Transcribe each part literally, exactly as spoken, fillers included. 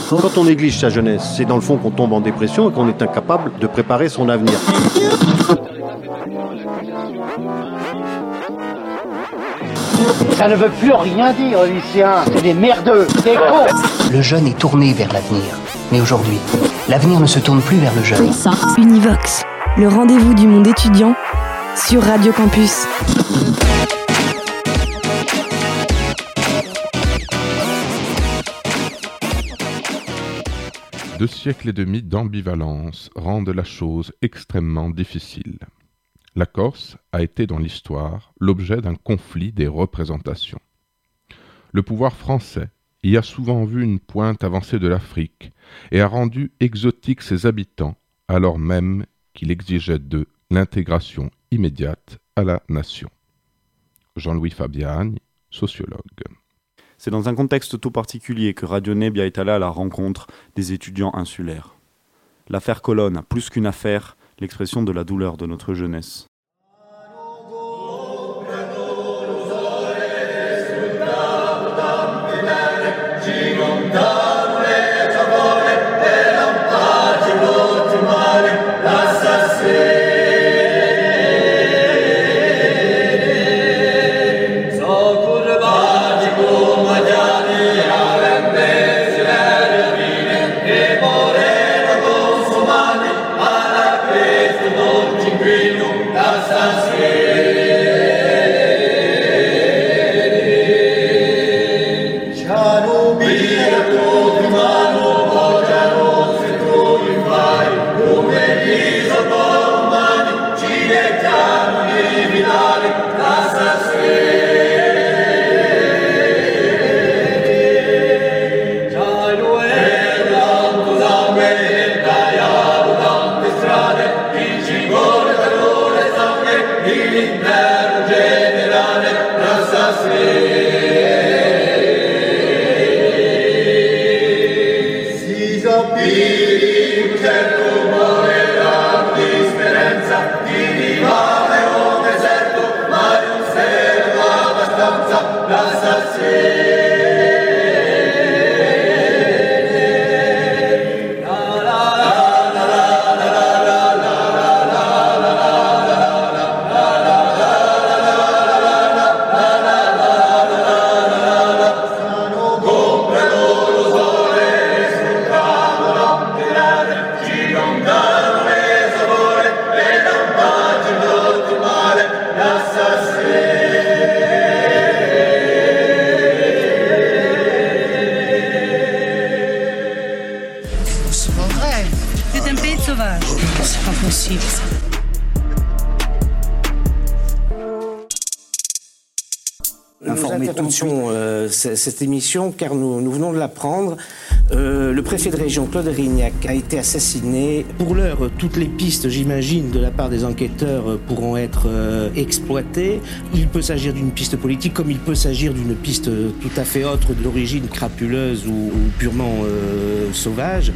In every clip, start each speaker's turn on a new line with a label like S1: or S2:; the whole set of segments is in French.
S1: Quand on néglige sa jeunesse, c'est dans le fond qu'on tombe en dépression et qu'on est incapable de préparer son avenir.
S2: Ça ne veut plus rien dire, lycéens. C'est des merdeux, des cons.
S3: Le jeune est tourné vers l'avenir. Mais aujourd'hui, l'avenir ne se tourne plus vers le jeune.
S4: Univox, le rendez-vous du monde étudiant sur Radio Campus.
S5: Deux siècles et demi d'ambivalence rendent la chose extrêmement difficile. La Corse a été dans l'histoire l'objet d'un conflit des représentations. Le pouvoir français y a souvent vu une pointe avancée de l'Afrique et a rendu exotiques ses habitants, alors même qu'il exigeait d'eux l'intégration immédiate à la nation. Jean-Louis Fabiani, sociologue.
S6: C'est dans un contexte tout particulier que Radio Nebbia est allé à la rencontre des étudiants insulaires. L'affaire Colonne a plus qu'une affaire, l'expression de la douleur de notre jeunesse.
S7: Euh, cette émission car nous, nous venons de l'apprendre. Euh, le préfet de région, Claude Rignac, a été assassiné. Pour l'heure, toutes les pistes, j'imagine, de la part des enquêteurs pourront être euh, exploitées. Il peut s'agir d'une piste politique comme il peut s'agir d'une piste tout à fait autre, d'origine crapuleuse ou, ou purement euh, sauvage.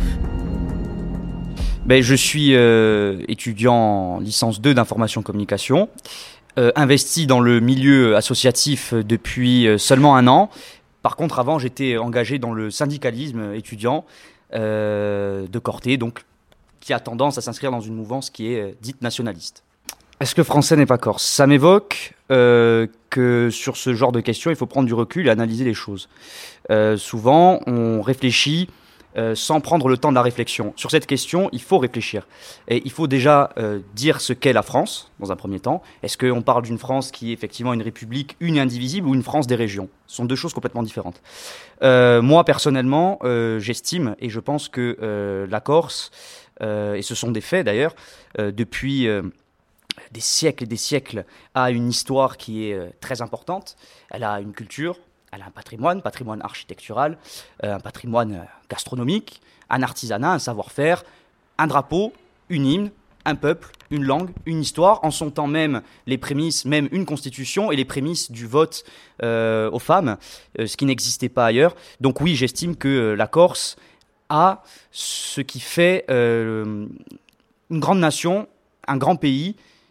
S8: Ben, je suis euh, étudiant en licence deux d'information communication. Euh, investi dans le milieu associatif depuis euh, seulement un an. Par contre, avant, j'étais engagé dans le syndicalisme étudiant euh, de Corté, donc qui a tendance à s'inscrire dans une mouvance qui est euh, dite nationaliste. Est-ce que français n'est pas corse ? Ça m'évoque euh, que sur ce genre de questions, il faut prendre du recul et analyser les choses. Euh, souvent, on réfléchit Euh, sans prendre le temps de la réflexion. Sur cette question, il faut réfléchir. Et il faut déjà euh, dire ce qu'est la France, dans un premier temps. Est-ce qu'on parle d'une France qui est effectivement une république une et indivisible ou une France des régions ? Ce sont deux choses complètement différentes. Euh, moi, personnellement, euh, j'estime, et je pense que euh, la Corse, euh, et ce sont des faits d'ailleurs, euh, depuis euh, des siècles et des siècles, a une histoire qui est euh, très importante. Elle a une culture, elle a un patrimoine, patrimoine architectural, euh, un patrimoine gastronomique, un artisanat, un savoir-faire, un drapeau, une hymne, un peuple, une langue, une histoire, en son temps même les prémices, même une constitution et les prémices du vote euh, aux femmes, euh, ce qui n'existait pas ailleurs. Donc oui, j'estime que euh, la Corse a ce qui fait euh, une grande nation, un grand pays,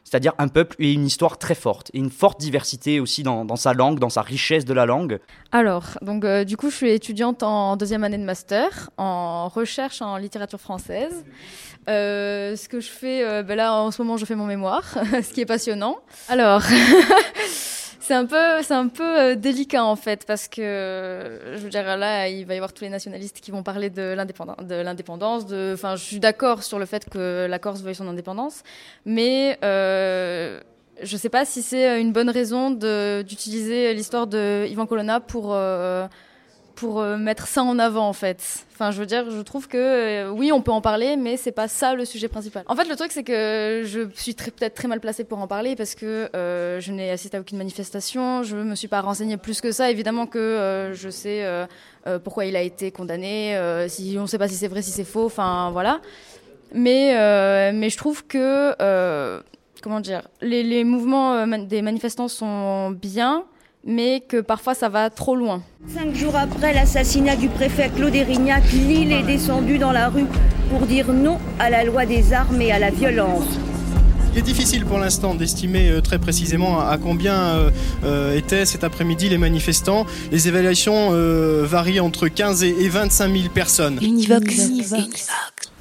S8: c'est-à-dire un peuple et une histoire très forte, et une forte diversité aussi dans, dans sa langue, dans sa richesse de la langue.
S9: Alors, donc, euh, du coup, je suis étudiante en deuxième année de master, en recherche en littérature française. Euh, ce que je fais, euh, ben là, en ce moment, je fais mon mémoire, ce qui est passionnant. Alors... C'est un peu, c'est un peu euh, délicat en fait, parce que euh, je veux dire là, il va y avoir tous les nationalistes qui vont parler de l'indépendance, de l'indépendance. De, enfin, je suis d'accord sur le fait que la Corse veuille son indépendance, mais euh, je sais pas si c'est une bonne raison de, d'utiliser l'histoire de Ivan Colonna pour euh, pour euh, mettre ça en avant en fait. Enfin, je veux dire, je trouve que euh, oui, on peut en parler, mais c'est pas ça le sujet principal. En fait, le truc, c'est que je suis très, peut-être très mal placée pour en parler parce que euh, je n'ai assisté à aucune manifestation, je me suis pas renseignée plus que ça. Évidemment que euh, je sais euh, euh, pourquoi il a été condamné, euh, si on sait pas si c'est vrai, si c'est faux, enfin voilà. Mais euh, mais je trouve que euh, comment dire, les, les mouvements euh, man- des manifestants sont bien, mais que parfois ça va trop loin.
S10: Cinq jours après l'assassinat du préfet Claude Érignac, l'île est descendue dans la rue pour dire non à la loi des armes et à la violence.
S11: Il est difficile pour l'instant d'estimer euh, très précisément à combien euh, euh, étaient cet après-midi les manifestants. Les évaluations euh, varient entre quinze et vingt-cinq mille personnes.
S4: Univox. Univox.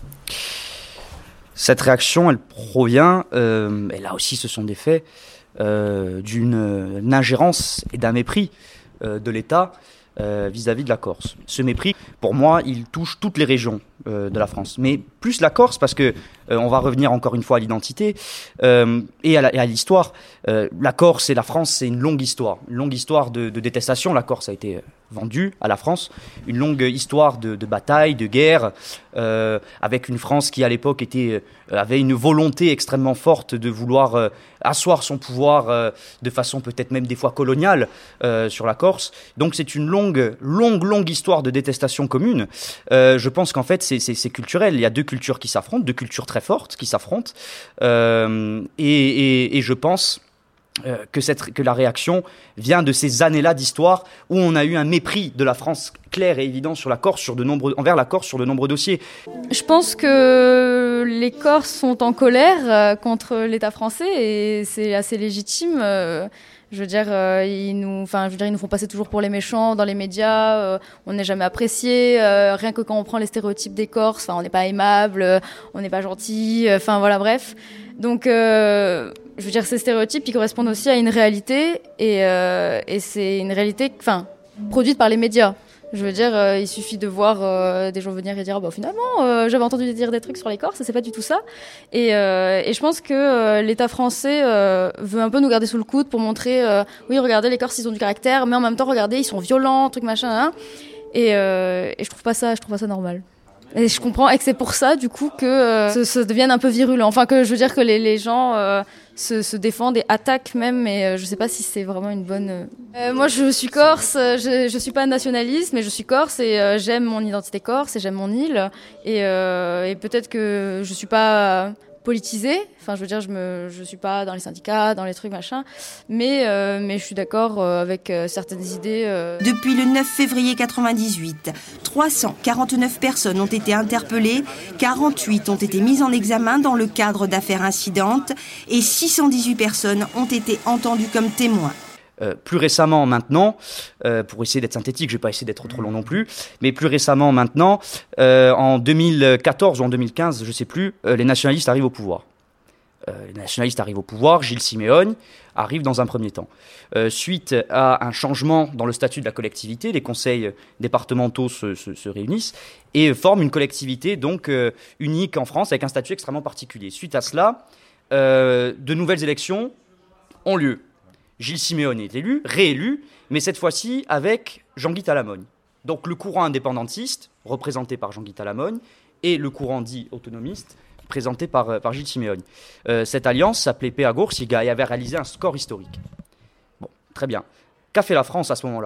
S8: Cette réaction, elle provient, euh, et là aussi ce sont des faits, Euh, d'une euh, ingérence et d'un mépris euh, de l'État euh, vis-à-vis de la Corse. Ce mépris, pour moi, il touche toutes les régions euh, de la France, mais plus la Corse parce que euh, on va revenir encore une fois à l'identité euh, et, à la, et à l'histoire. Euh, la Corse et la France, c'est une longue histoire, une longue histoire de, de détestation. La Corse a été vendue à la France, une longue histoire de, de bataille, de guerre, euh, avec une France qui à l'époque était euh, avait une volonté extrêmement forte de vouloir euh, asseoir son pouvoir euh, de façon peut-être même des fois coloniale euh, sur la Corse. Donc c'est une longue, longue, longue histoire de détestation commune. Euh, je pense qu'en fait c'est, c'est, c'est culturel. Il y a deux cultures qui s'affrontent, deux cultures très fortes qui s'affrontent, euh, et, et, et je pense Euh, que, cette, que la réaction vient de ces années-là d'histoire où on a eu un mépris de la France clair et évident sur la Corse, sur de nombreux, envers la Corse sur de nombreux dossiers.
S9: Je pense que les Corses sont en colère euh, contre l'État français et c'est assez légitime. Euh, je veux dire, euh, ils nous, enfin, je veux dire, ils nous font passer toujours pour les méchants dans les médias. Euh, on n'est jamais apprécié. Euh, rien que quand on prend les stéréotypes des Corses, enfin, on n'est pas aimable, euh, on n'est pas gentil. Enfin, euh, voilà, bref. Donc, euh, je veux dire, ces stéréotypes, ils correspondent aussi à une réalité et, euh, et c'est une réalité, enfin, produite par les médias. Je veux dire, euh, il suffit de voir euh, des gens venir et dire ah bah finalement euh, j'avais entendu dire des trucs sur les Corses et c'est pas du tout ça. Et, euh, et je pense que euh, l'État français euh, veut un peu nous garder sous le coude pour montrer euh, oui regardez les Corses ils ont du caractère, mais en même temps regardez ils sont violents, truc machin. Hein. Et, euh, et je trouve pas ça, je trouve pas ça normal. Et je comprends et que c'est pour ça du coup que euh, ça, ça devienne un peu virulent. Enfin que je veux dire que les, les gens euh, se, se défendent et attaquent même, mais euh, je sais pas si c'est vraiment une bonne... Euh, moi je suis corse, je, je suis pas nationaliste, mais je suis corse et euh, j'aime mon identité corse et j'aime mon île. Et, euh, et peut-être que je suis pas politisée, enfin je veux dire je me je suis pas dans les syndicats, dans les trucs machin, mais euh, mais je suis d'accord euh, avec euh, certaines idées. Euh...
S12: Depuis le neuf février quatre-vingt-dix-huit, trois cent quarante-neuf personnes ont été interpellées, quarante-huit ont été mises en examen dans le cadre d'affaires incidentes et six cent dix-huit personnes ont été entendues comme témoins.
S8: Euh, plus récemment maintenant, euh, pour essayer d'être synthétique, je vais pas essayer d'être trop long non plus, mais plus récemment maintenant, euh, en deux mille quatorze ou en deux mille quinze, je sais plus, euh, les nationalistes arrivent au pouvoir. Euh, les nationalistes arrivent au pouvoir, Gilles Siméogne arrive dans un premier temps. Euh, suite à un changement dans le statut de la collectivité, les conseils départementaux se, se, se réunissent et forment une collectivité donc euh, unique en France avec un statut extrêmement particulier. Suite à cela, euh, de nouvelles élections ont lieu. Gilles Siméogne est élu, réélu, mais cette fois-ci avec Jean-Guy Talamogne. Donc le courant indépendantiste, représenté par Jean-Guy Talamogne, et le courant dit autonomiste, présenté par, par Gilles Siméogne. Euh, cette alliance s'appelait P A Gorsiga et avait réalisé un score historique. Bon, très bien. Qu'a fait la France à ce moment-là ?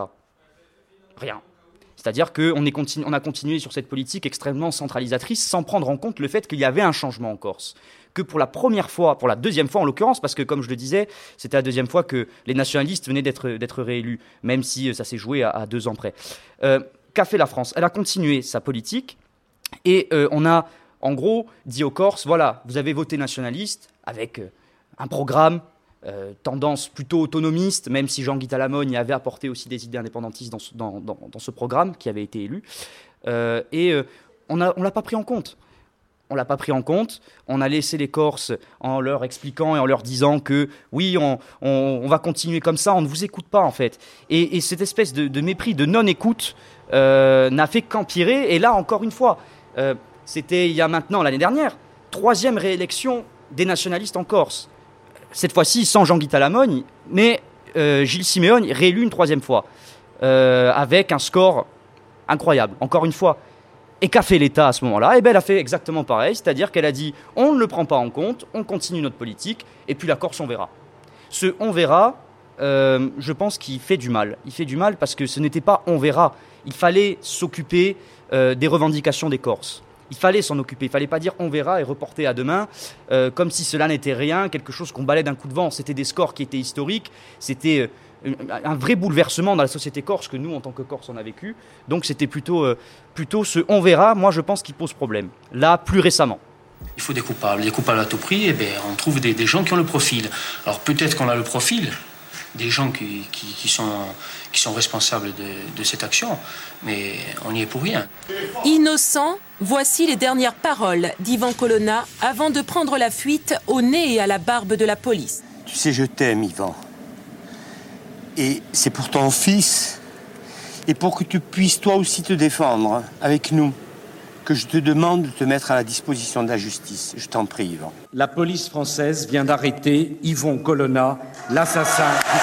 S8: Rien. C'est-à-dire qu'on est continu, on a continué sur cette politique extrêmement centralisatrice sans prendre en compte le fait qu'il y avait un changement en Corse. Que pour la première fois, pour la deuxième fois en l'occurrence, parce que comme je le disais, c'était la deuxième fois que les nationalistes venaient d'être, d'être réélus, même si ça s'est joué à, à deux ans près. Euh, qu'a fait la France ? Elle a continué sa politique et euh, on a en gros dit aux Corses, voilà, vous avez voté nationaliste avec euh, un programme, euh, tendance plutôt autonomiste, même si Jean-Guy Talamogne y avait apporté aussi des idées indépendantistes dans ce, dans, dans, dans ce programme qui avait été élu. Euh, et euh, on ne on l'a pas pris en compte. On ne l'a pas pris en compte, on a laissé les Corses en leur expliquant et en leur disant que oui, on, on, on va continuer comme ça, on ne vous écoute pas en fait. Et, et cette espèce de, de mépris, de non-écoute euh, n'a fait qu'empirer. Et là, encore une fois, euh, c'était il y a maintenant, l'année dernière, troisième réélection des nationalistes en Corse. Cette fois-ci sans Jean-Guy Talamogne, mais euh, Gilles Siméone réélu une troisième fois, euh, avec un score incroyable, encore une fois. Et qu'a fait l'État à ce moment-là ? Eh bien, elle a fait exactement pareil, c'est-à-dire qu'elle a dit « on ne le prend pas en compte, on continue notre politique, et puis la Corse, on verra ». Ce « on verra euh, », je pense qu'il fait du mal. Il fait du mal parce que ce n'était pas « on verra ». Il fallait s'occuper euh, des revendications des Corses. Il fallait s'en occuper. Il ne fallait pas dire « on verra » et reporter à demain, euh, comme si cela n'était rien, quelque chose qu'on balait d'un coup de vent. C'était des scores qui étaient historiques, c'était... Euh, un vrai bouleversement dans la société corse que nous, en tant que Corse, on a vécu. Donc c'était plutôt, euh, plutôt ce « on verra », moi je pense, qui pose problème. Là, plus récemment.
S13: Il faut des coupables. Des coupables à tout prix, eh bien, on trouve des, des gens qui ont le profil. Alors peut-être qu'on a le profil des gens qui, qui, qui, sont, qui sont responsables de, de cette action, mais on n'y est pour rien.
S14: Innocent, voici les dernières paroles d'Ivan Colonna avant de prendre la fuite au nez et à la barbe de la police.
S15: Tu sais, je t'aime, Ivan. Et c'est pour ton fils, et pour que tu puisses toi aussi te défendre avec nous, que je te demande de te mettre à la disposition de la justice. Je t'en prie, Yvan.
S16: La police française vient d'arrêter Yvon Colonna, l'assassin du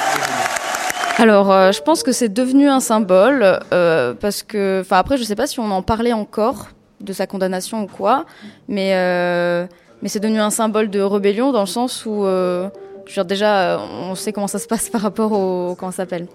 S16: préfet.
S9: Alors, euh, je pense que c'est devenu un symbole, euh, parce que, enfin après, je sais pas si on en parlait encore de sa condamnation ou quoi, mais, euh, mais c'est devenu un symbole de rébellion dans le sens où... Euh, Je veux dire, déjà, on sait comment ça se passe par rapport aux, comment ça s'appelle,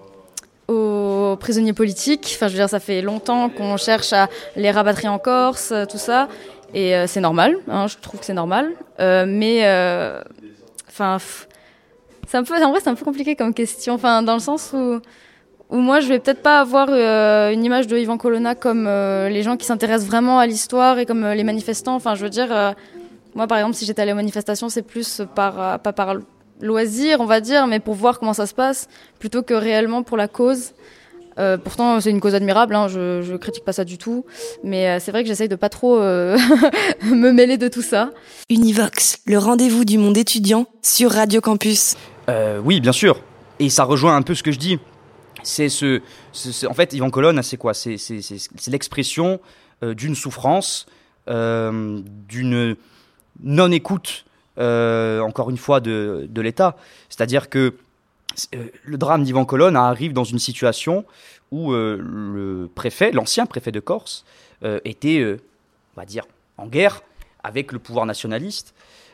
S9: aux prisonniers politiques. Enfin, je veux dire, ça fait longtemps qu'on cherche à les rapatrier en Corse, tout ça. Et euh, c'est normal, hein, je trouve que c'est normal. Euh, mais, euh, enfin, c'est un peu, en vrai, c'est un peu compliqué comme question. Enfin, dans le sens où, où moi, je vais peut-être pas avoir euh, une image de Ivan Colonna comme euh, les gens qui s'intéressent vraiment à l'histoire et comme euh, les manifestants. Enfin, je veux dire, euh, moi, par exemple, si j'étais allée aux manifestations, c'est plus par, euh, pas par loisir, on va dire, mais pour voir comment ça se passe, plutôt que réellement pour la cause. Euh, pourtant, c'est une cause admirable, hein, je, je critique pas ça du tout, mais euh, c'est vrai que j'essaye de pas trop euh, me mêler de tout ça.
S4: Univox, le rendez-vous du monde étudiant sur Radio Campus.
S8: Euh, oui, bien sûr, et ça rejoint un peu ce que je dis. C'est ce, c'est, c'est, en fait, Ivan Colonna, c'est quoi ? C'est, c'est, c'est, c'est l'expression euh, d'une souffrance, euh, d'une non-écoute. Euh, encore une fois de, de l'État. C'est-à-dire que euh, le drame d'Ivan Colonna arrive dans une situation où euh, le préfet, l'ancien préfet de Corse, euh, était, euh, on va dire, en guerre avec le pouvoir nationaliste.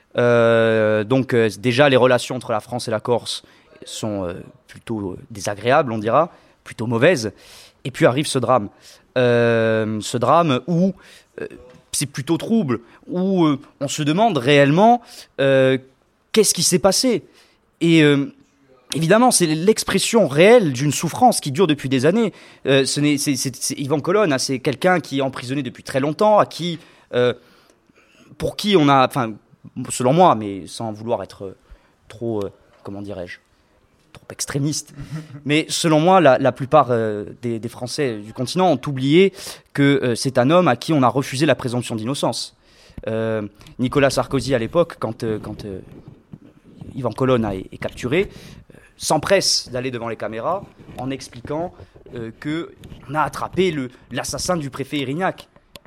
S8: Euh, donc euh, déjà, les relations entre la France et la Corse sont euh, plutôt désagréables, on dira, plutôt mauvaises. Et puis arrive ce drame. Euh, ce drame où... Euh, c'est plutôt trouble, où euh, on se demande réellement euh, qu'est-ce qui s'est passé. Et euh, évidemment, c'est l'expression réelle d'une souffrance qui dure depuis des années. Euh, ce n'est, c'est, c'est, c'est Ivan Colonna, c'est quelqu'un qui est emprisonné depuis très longtemps, à qui, euh, pour qui on a, enfin, selon moi, mais sans vouloir être trop, euh, comment dirais-je, trop extrémiste. Mais selon moi, la, la plupart euh, des, des Français du continent ont oublié que euh, c'est un homme à qui on a refusé la présomption d'innocence. Euh, Nicolas Sarkozy, à l'époque, quand, euh, quand euh, Ivan Colonna est, est capturé, euh, s'empresse d'aller devant les caméras en expliquant euh, qu'on a attrapé le, l'assassin du préfet Erignac.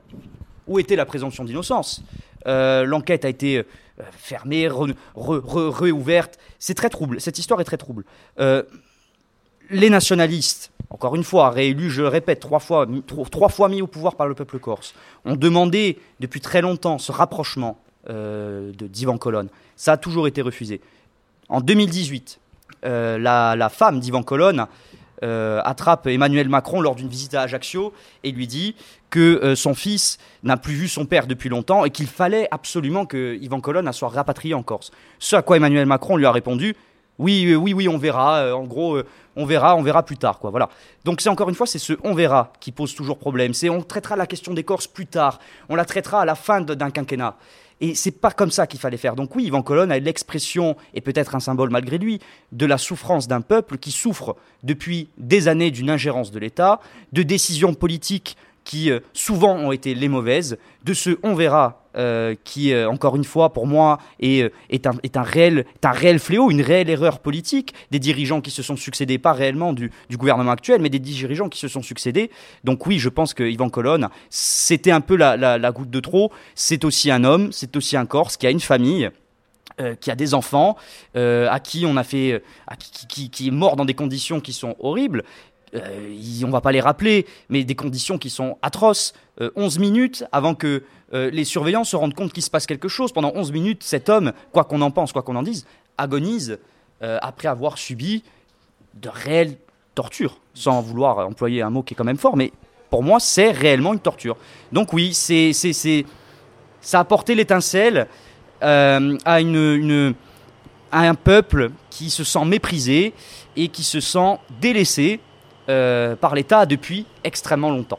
S8: Où était la présomption d'innocence ? euh, L'enquête a été... Euh, fermée, re, re, re, réouverte. C'est très trouble. Cette histoire est très trouble. Euh, les nationalistes, encore une fois, réélus, je le répète, trois fois, mi, trois, trois fois mis au pouvoir par le peuple corse, ont demandé depuis très longtemps ce rapprochement euh, de, d'Ivan Colonna. Ça a toujours été refusé. En deux mille dix-huit, euh, la, la femme d'Ivan Colonna euh, attrape Emmanuel Macron lors d'une visite à Ajaccio et lui dit que euh, son fils n'a plus vu son père depuis longtemps et qu'il fallait absolument que Ivan Colonna soit rapatrié en Corse. Ce à quoi Emmanuel Macron lui a répondu Oui, euh, oui, oui, on verra. Euh, en gros, euh, on verra, on verra plus tard, quoi. Voilà. Donc c'est encore une fois, c'est ce on verra qui pose toujours problème. C'est on traitera la question des Corses plus tard. On la traitera à la fin de, d'un quinquennat. Et c'est pas comme ça qu'il fallait faire. Donc oui, Yvan Colonne a l'expression, et peut-être un symbole malgré lui, de la souffrance d'un peuple qui souffre depuis des années d'une ingérence de l'État, de décisions politiques qui euh, souvent ont été les mauvaises, de ce on verra euh, qui, euh, encore une fois, pour moi, est, euh, est, un, est, un réel, est un réel fléau, une réelle erreur politique, des dirigeants qui se sont succédés, pas réellement du, du gouvernement actuel, mais des dirigeants qui se sont succédés. Donc oui, je pense que Yvan Colonne, c'était un peu la, la, la goutte de trop. C'est aussi un homme, c'est aussi un Corse qui a une famille, Euh, qui a des enfants, euh, à qui on a fait, à qui, qui, qui, qui est mort dans des conditions qui sont horribles. Euh, y, on va pas les rappeler, mais des conditions qui sont atroces. Euh, onze minutes avant que euh, les surveillants se rendent compte qu'il se passe quelque chose. Pendant onze minutes, cet homme, quoi qu'on en pense, quoi qu'on en dise, agonise euh, après avoir subi de réelles tortures. Sans vouloir employer un mot qui est quand même fort, mais pour moi, c'est réellement une torture. Donc oui, c'est, c'est, c'est, ça a porté l'étincelle euh, à, une, une, à un peuple qui se sent méprisé et qui se sent délaissé Euh, par l'État depuis extrêmement longtemps.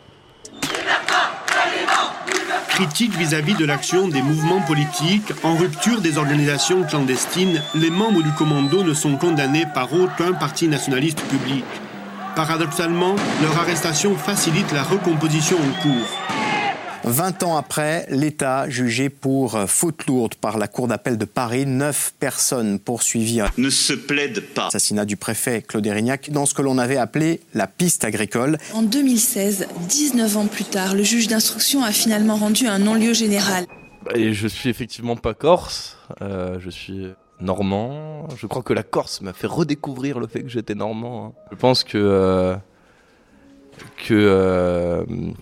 S17: Critique vis-à-vis de l'action des mouvements politiques, en rupture des organisations clandestines, les membres du commando ne sont condamnés par aucun parti nationaliste public. Paradoxalement, leur arrestation facilite la recomposition en cours.
S18: vingt ans après, l'État jugé pour faute lourde par la Cour d'appel de Paris, neuf personnes poursuivies
S19: ne se plaident pas.
S18: Assassinat du préfet Claude Érignac dans ce que l'on avait appelé la piste agricole.
S20: En deux mille seize, dix-neuf ans plus tard, le juge d'instruction a finalement rendu un non-lieu général.
S21: Et je suis effectivement pas corse, euh, je suis normand. Je crois que la Corse m'a fait redécouvrir le fait que j'étais normand. Hein. Je pense que... Euh, que... Euh,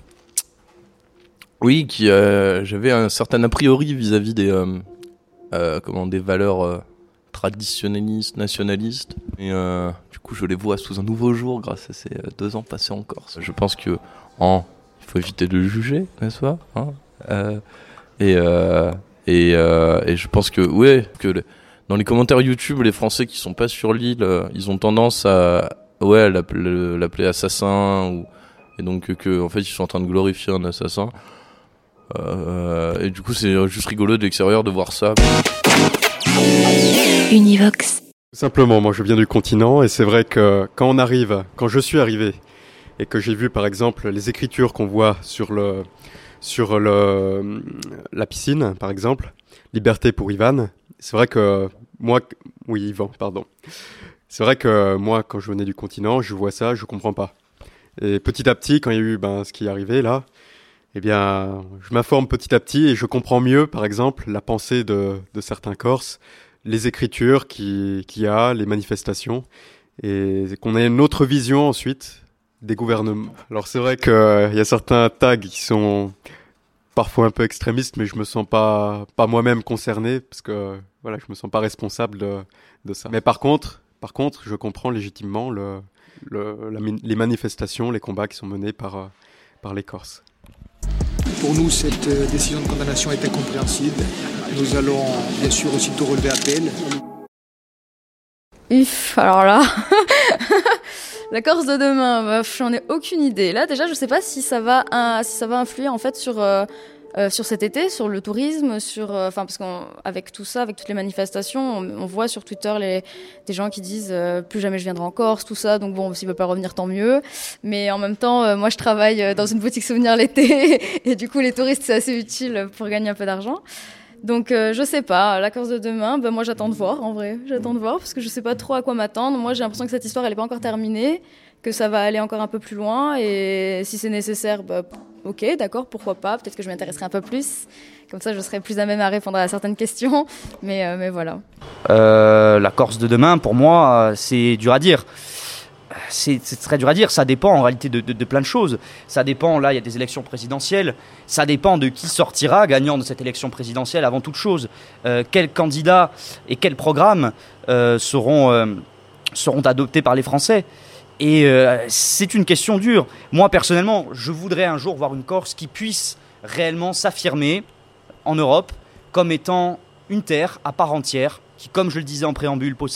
S21: Oui, qui, euh, j'avais un certain a priori vis-à-vis des, euh, euh, comment, des valeurs euh, traditionnalistes, nationalistes. Et euh, du coup, je les vois sous un nouveau jour grâce à ces euh, deux ans passés en Corse. Je pense que, en, il faut éviter de juger, n'est-ce pas, hein, euh, et, euh, et, euh, et je pense que, ouais, que le, dans les commentaires YouTube, les Français qui sont pas sur l'île, euh, ils ont tendance à, ouais, l'appeler, l'appeler assassin, ou, et donc que, en fait, ils sont en train de glorifier un assassin. Euh, et du coup c'est juste rigolo de l'extérieur de voir ça.
S4: Univox.
S22: Simplement, moi je viens du continent et c'est vrai que quand on arrive, quand je suis arrivé et que j'ai vu par exemple les écritures qu'on voit sur le sur le la piscine par exemple, liberté pour Ivan, c'est vrai que moi oui Yvan pardon. C'est vrai que moi quand je venais du continent, je vois ça, je comprends pas. Et petit à petit quand il y a eu ben ce qui est arrivé là, eh bien, je m'informe petit à petit et je comprends mieux, par exemple, la pensée de, de certains Corses, les écritures qu'il qui y a, les manifestations, et qu'on ait une autre vision ensuite des gouvernements. Alors c'est vrai qu'il y a certains tags qui sont parfois un peu extrémistes, mais je me sens pas, pas moi-même concerné, parce que voilà, je me sens pas responsable de, de ça. Mais par contre, par contre, je comprends légitimement le, le, la, les manifestations, les combats qui sont menés par, par les Corses.
S23: Pour nous, cette décision de condamnation est incompréhensible. Nous allons bien sûr aussitôt relever appel.
S9: If, alors là, la Corse de demain, bah, j'en ai aucune idée. Là, déjà, je sais pas si ça va, euh, si ça va influer en fait sur euh, euh, sur cet été, sur le tourisme, sur, enfin euh, parce qu'avec tout ça, avec toutes les manifestations, on, on voit sur Twitter les des gens qui disent euh, plus jamais je viendrai en Corse, tout ça. Donc bon, s'ils veulent pas revenir, tant mieux. Mais en même temps, euh, moi, je travaille dans une boutique souvenir l'été et du coup, les touristes c'est assez utile pour gagner un peu d'argent. Donc euh, je sais pas, la Corse de demain, ben moi j'attends de voir en vrai, j'attends de voir parce que je sais pas trop à quoi m'attendre. Moi j'ai l'impression que cette histoire elle est pas encore terminée, que ça va aller encore un peu plus loin et si c'est nécessaire, bah ok, d'accord, pourquoi pas, peut-être que je m'intéresserai un peu plus, comme ça je serai plus à même à répondre à certaines questions, mais, euh, mais voilà.
S8: Euh, la Corse de demain, pour moi, c'est dur à dire. C'est, c'est très dur à dire, ça dépend en réalité de, de, de plein de choses. Ça dépend, là il y a des élections présidentielles, ça dépend de qui sortira gagnant de cette élection présidentielle avant toute chose. Euh, quels candidats et quels programmes euh, seront, euh, seront adoptés par les Français. Et euh, c'est une question dure. Moi personnellement, je voudrais un jour voir une Corse qui puisse réellement s'affirmer en Europe comme étant une terre à part entière, qui comme je le disais en préambule possède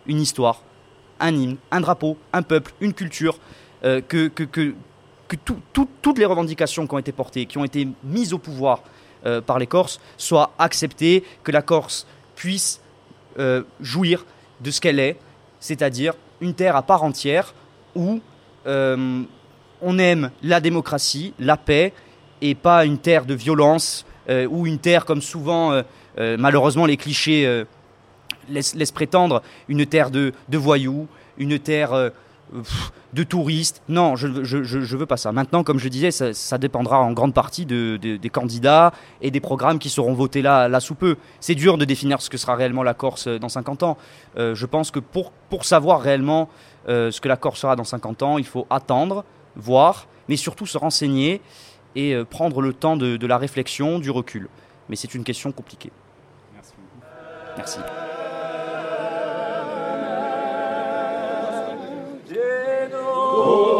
S8: une histoire, un hymne, un drapeau, un peuple, une culture, euh, que, que, que, que tout, tout, toutes les revendications qui ont été portées, qui ont été mises au pouvoir euh, par les Corses, soient acceptées, que la Corse puisse euh, jouir de ce qu'elle est, c'est-à-dire une terre à part entière où euh, on aime la démocratie, la paix, et pas une terre de violence, euh, ou une terre comme souvent, euh, euh, malheureusement les clichés euh, laissent, laissent prétendre, une terre de, de voyous, une terre euh, pff, de touristes. Non, je ne je, je, je veux pas ça. Maintenant, comme je disais, ça, ça dépendra en grande partie de, de, des candidats et des programmes qui seront votés là, là sous peu. C'est dur de définir ce que sera réellement la Corse dans cinquante ans. Euh, je pense que pour, pour savoir réellement euh, ce que la Corse sera dans cinquante ans, il faut attendre, voir, mais surtout se renseigner et euh, prendre le temps de, de la réflexion, du recul. Mais c'est une question compliquée. Merci. Merci.
S1: Oh